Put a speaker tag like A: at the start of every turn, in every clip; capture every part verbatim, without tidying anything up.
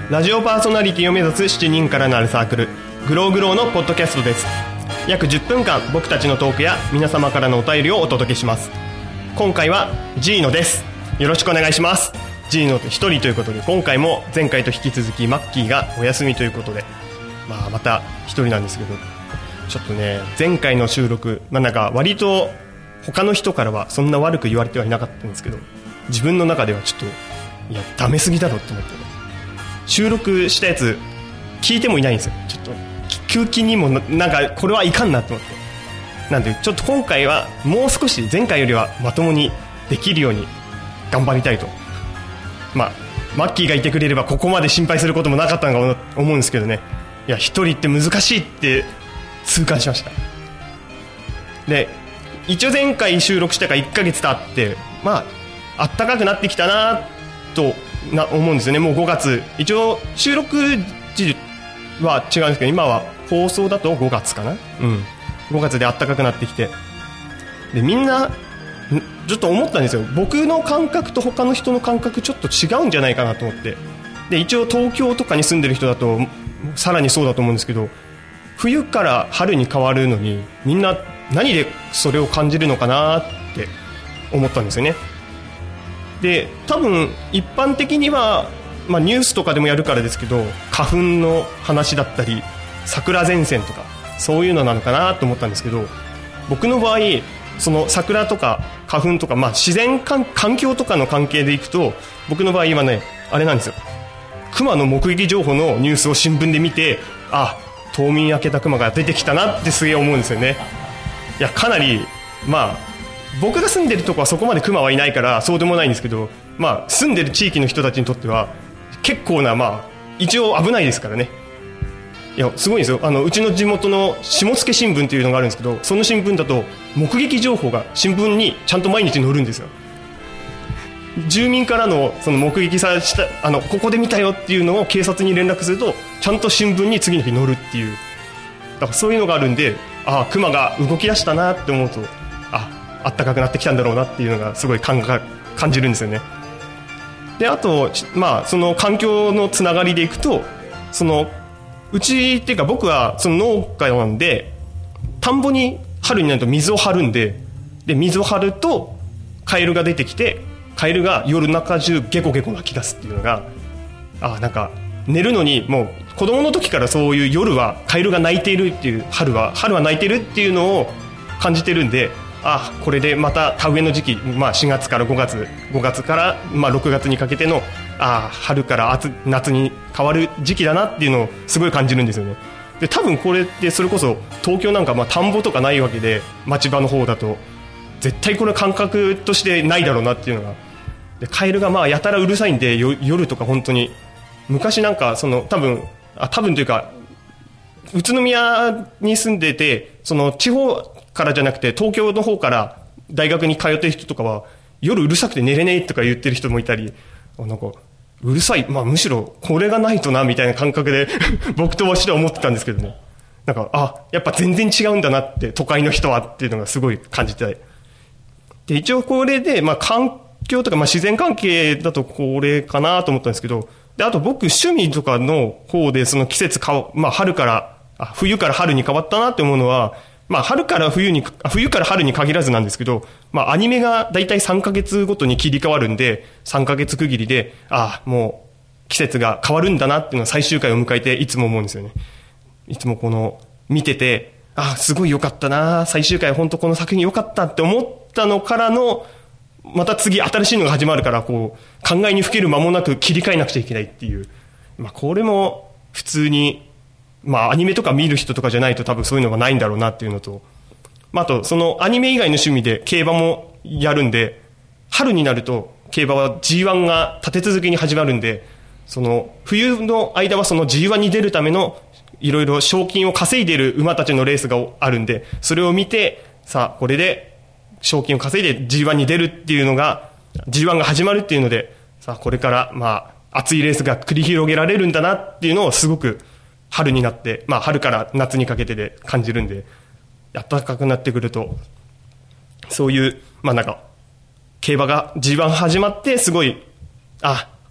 A: ラジオパーソナリティを目指すしちにんからなるサークルグローグローのポッドキャストです。約じゅっぷんかん僕たちのトークや皆様からのお便りをお届けします。今回はジーノです。よろしくお願いします。ジーノと一人ということで、今回も前回と引き続きマッキーがお休みということで、まあ、また一人なんですけど、ちょっとね前回の収録、まあ、なんか割と他の人からはそんな悪く言われてはいなかったんですけど、自分の中ではちょっといやダメすぎだろって思って、ね、収録したやつ聞いてもいないんですよ。ちょっと聞く気にも な, なんかこれはいかんなと思って、なんでちょっと今回はもう少し前回よりはまともにできるように頑張りたいと。まあマッキーがいてくれればここまで心配することもなかったのか思うんですけどね。いや一人って難しいって痛感しました。で一応前回収録してからいっかげつ経って、まあ暖かくなってきたなとな思うんですよね。もうごがつ、一応収録時は違うんですけど、今は放送だとごがつかな、うん、ごがつで暖かくなってきて、でみんなちょっと思ったんですよ。僕の感覚と他の人の感覚ちょっと違うんじゃないかなと思って、で一応東京とかに住んでる人だとさらにそうだと思うんですけど、冬から春に変わるのにみんな何でそれを感じるのかなって思ったんですよね。で多分一般的には、まあ、ニュースとかでもやるからですけど、花粉の話だったり桜前線とかそういうのなのかなと思ったんですけど、僕の場合その桜とか花粉とか、まあ、自然環境とかの関係でいくと、僕の場合はねあれなんですよ。熊の目撃情報のニュースを新聞で見て、あ冬眠明けた熊が出てきたなってすげえ思うんですよね。いやかなり、まあ僕が住んでるとこはそこまで熊はいないからそうでもないんですけど、まあ住んでる地域の人たちにとっては結構な、まあ一応危ないですからね。いやすごいんですよ。あのうちの地元の下野新聞っていうのがあるんですけど、その新聞だと目撃情報が新聞にちゃんと毎日載るんですよ。住民からのその目撃さしたあのここで見たよっていうのを警察に連絡するとちゃんと新聞に次の日載るっていう、だからそういうのがあるんで、あ熊が動き出したなって思うと、あ暖かくなってきたんだろうなっていうのがすごい感感じるんですよね。であと、まあ、その環境のつながりでいくと、そのうちっていうか僕はその農家なんで、田んぼに春になると水を張るんで、で水を張るとカエルが出てきて、カエルが夜中中ゲコゲコ鳴き出すっていうのが、あなんか寝るのにもう子供の時からそういう夜はカエルが鳴いているっていう、春は春は鳴いてるっていうのを感じてるんで、あこれでまた田植えの時期、まあ、しがつからごがつごがつからまあろくがつにかけてのあ春から夏夏に変わる時期だなっていうのをすごい感じるんですよね。で多分これってそれこそ東京なんかまあ田んぼとかないわけで、町場の方だと絶対これ感覚としてないだろうなっていうのが、でカエルがまあやたらうるさいんで、よ夜とか本当に昔なんかその多分あ多分というか宇都宮に住んでて、その地方からじゃなくて東京の方から大学に通ってる人とかは夜うるさくて寝れねえとか言ってる人もいたり、なんかうるさい、まあ、むしろこれがないとなみたいな感覚で僕としては思ってたんですけどね。なんかあやっぱ全然違うんだなって、都会の人はっていうのがすごい感じて、で一応これで、まあ、環境とか、まあ、自然関係だとこれかなと思ったんですけど、であと僕趣味とかの方でその季節か、まあ、春からあ冬から春に変わったなって思うのは、まあ、春から冬に冬から春に限らずなんですけど、まあ、アニメがだいたいさんかげつごとに切り替わるんで、さんかげつ区切りであもう季節が変わるんだなっていうのは最終回を迎えていつも思うんですよね。いつもこの見てて、あすごい良かったな、最終回本当この作品良かったって思ったのからのまた次新しいのが始まるから、こう考えにふける間もなく切り替えなくちゃいけないっていう、まあ、これも普通にまあ、アニメとか見る人とかじゃないと多分そういうのがないんだろうなっていうのと、まあ、あとそのアニメ以外の趣味で競馬もやるんで、春になると競馬は ジーワン が立て続けに始まるんで、その冬の間はその ジーワン に出るためのいろいろ賞金を稼いでいる馬たちのレースがあるんで、それを見てさあこれで賞金を稼いで ジーワン に出るっていうのが ジーワン が始まるっていうので、さあこれからまあ熱いレースが繰り広げられるんだなっていうのをすごく春になって、まあ、春から夏にかけてで感じるんで、暖かくなってくるとそういうまあなんか競馬が ジーワン 始まってすごいあ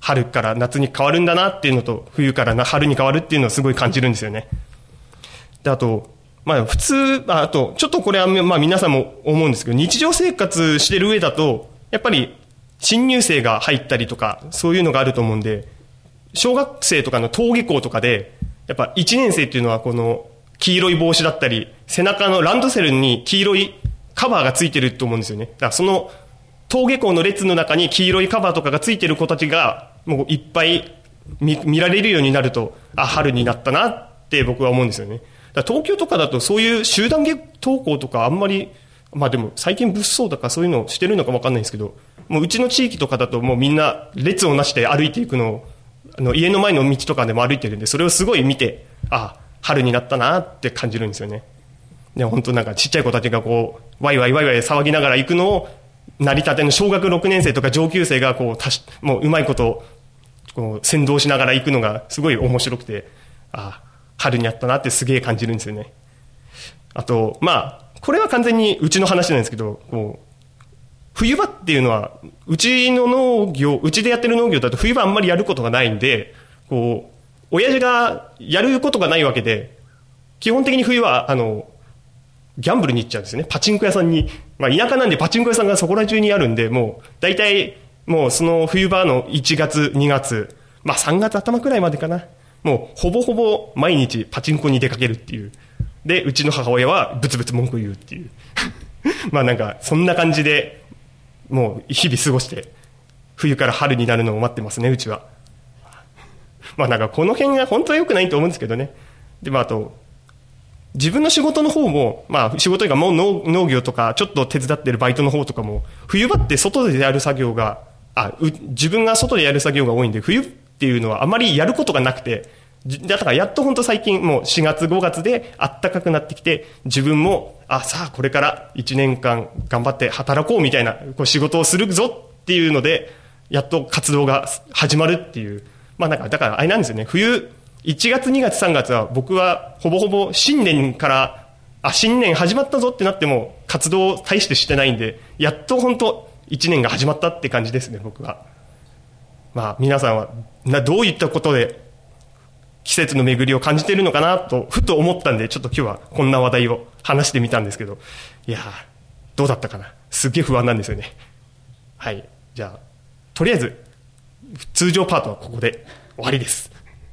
A: 春から夏に変わるんだなっていうのと、冬から春に変わるっていうのをすごい感じるんですよね。で、あと、まあ普通、あと、ちょっとこれはまあ皆さんも思うんですけど、日常生活してる上だと、やっぱり新入生が入ったりとか、そういうのがあると思うんで、小学生とかの登下校とかで、やっぱいちねん生っていうのはこの黄色い帽子だったり、背中のランドセルに黄色いカバーがついてると思うんですよね。だからその登下校の列の中に黄色いカバーとかがついてる子たちがもういっぱい 見, 見られるようになると、あ、春になったなって僕は思うんですよね。だから東京とかだとそういう集団登校とかあんまり、まあでも最近物騒とかそういうのをしてるのか分かんないんですけど、もううちの地域とかだともうみんな列をなして歩いていくのを、あの家の前の道とかでも歩いてるんで、それをすごい見て、あ、春になったなって感じるんですよね。で、本当なんかちっちゃい子たちがこうワイワイワイワイ騒ぎながら行くのを、成り立ての小学ろくねん生とか上級生がこうたしもううまいことこう先導しながら行くのがすごい面白くて、あ、春になったなってすげえ感じるんですよね。あと、まあこれは完全にうちの話なんですけど、こう冬場っていうのはうちの農業、うちでやってる農業だと冬場あんまりやることがないんで、こう親父がやることがないわけで、基本的に冬はあのギャンブルに行っちゃうんですね。パチンコ屋さんに、まあ田舎なんでパチンコ屋さんがそこら中にあるんで、もう大体もうその冬場のいちがつにがつ、まあさんがつ頭くらいまでかな、もうほぼほぼ毎日パチンコに出かけるっていう。で、うちの母親はブツブツ文句言うっていうまあなんかそんな感じでもう日々過ごして、冬から春になるのを待ってますね、うちは。まあなんかこの辺が本当は良くないと思うんですけどね。で、まああと自分の仕事の方も、まあ仕事というかもう 農, 農業とかちょっと手伝ってるバイトの方とかも、冬場って外でやる作業が、あ、自分が外でやる作業が多いんで、冬っていうのはあまりやることがなくて、だからやっと本当最近もうしがつごがつで暖かくなってきて、自分も、あ、さあこれからいちねんかん頑張って働こうみたいなこう仕事をするぞっていうので、やっと活動が始まるっていう。まあなんか、だからあれなんですよね、冬、いちがつにがつさんがつは僕はほぼほぼ新年から、あ、新年始まったぞってなっても活動を大してしてないんで、やっと本当いちねんが始まったって感じですね、僕は。まあ皆さんはなどういったことで季節の巡りを感じているのかなとふと思ったんで、ちょっと今日はこんな話題を話してみたんですけど、いやーどうだったかな、すっげえ不安なんですよね。はい、じゃあとりあえず通常パートはここで終わりです。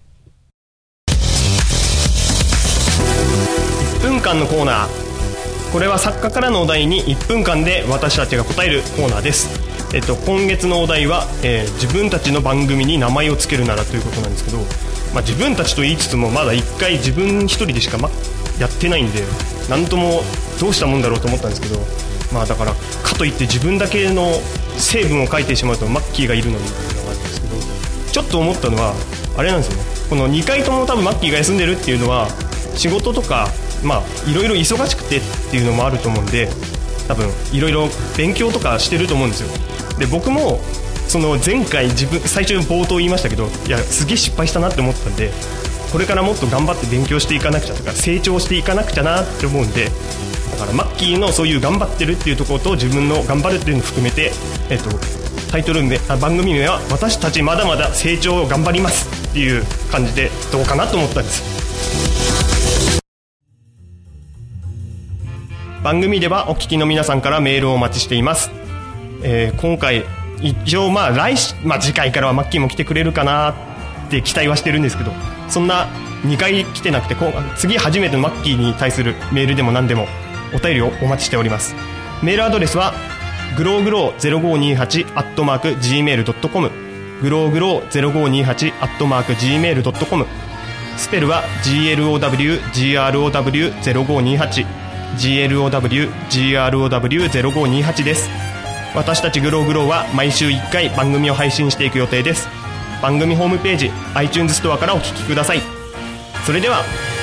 A: いっぷんかんのコーナー、これは作家からのお題にいっぷんかんで私たちが答えるコーナーです。えっと、今月のお題は、えー、自分たちの番組に名前をつけるならということなんですけど、まあ、自分たちと言いつつもまだいっかい自分一人でしか、ま、やってないんで、なんともどうしたもんだろうと思ったんですけど、まあ、だからかといって自分だけの成分を書いてしまうとマッキーがいるのにっていうのがあるんですけど、ちょっと思ったのはあれなんですよね、このにかいとも多分マッキーが休んでるっていうのは仕事とかまあいろいろ忙しくてっていうのもあると思うんで、多分いろいろ勉強とかしてると思うんですよ。で、僕もその前回自分最初の冒頭言いましたけど、いやすげえ失敗したなって思ったんで、これからもっと頑張って勉強していかなくちゃとか成長していかなくちゃなって思うんで、だからマッキーのそういう頑張ってるっていうところと自分の頑張るっていうのを含めて、えっと、タイトル名、番組名は私たちまだまだ成長を頑張りますっていう感じでどうかなと思ったんです。番組ではお聞きの皆さんからメールをお待ちしています。えー、今回一応まあ来、まあ、次回からはマッキーも来てくれるかなって期待はしてるんですけど、そんなにかい来てなくて、次初めてのマッキーに対するメールでも何でもお便りをお待ちしております。メールアドレスはグローグローゼロごにはちアットマーク ジーメールドットコム、 グローグローゼロごにはちアットマーク ジーメールドットコム、 スペルは ジーエルオーダブリュージーアールオーダブリューゼロごにはち ジーエルオーダブリュージーアールオーダブリューゼロごにはち です。私たちグローグローは毎週いっかい番組を配信していく予定です。番組ホームページ iTunes ストアからお聞きください。それでは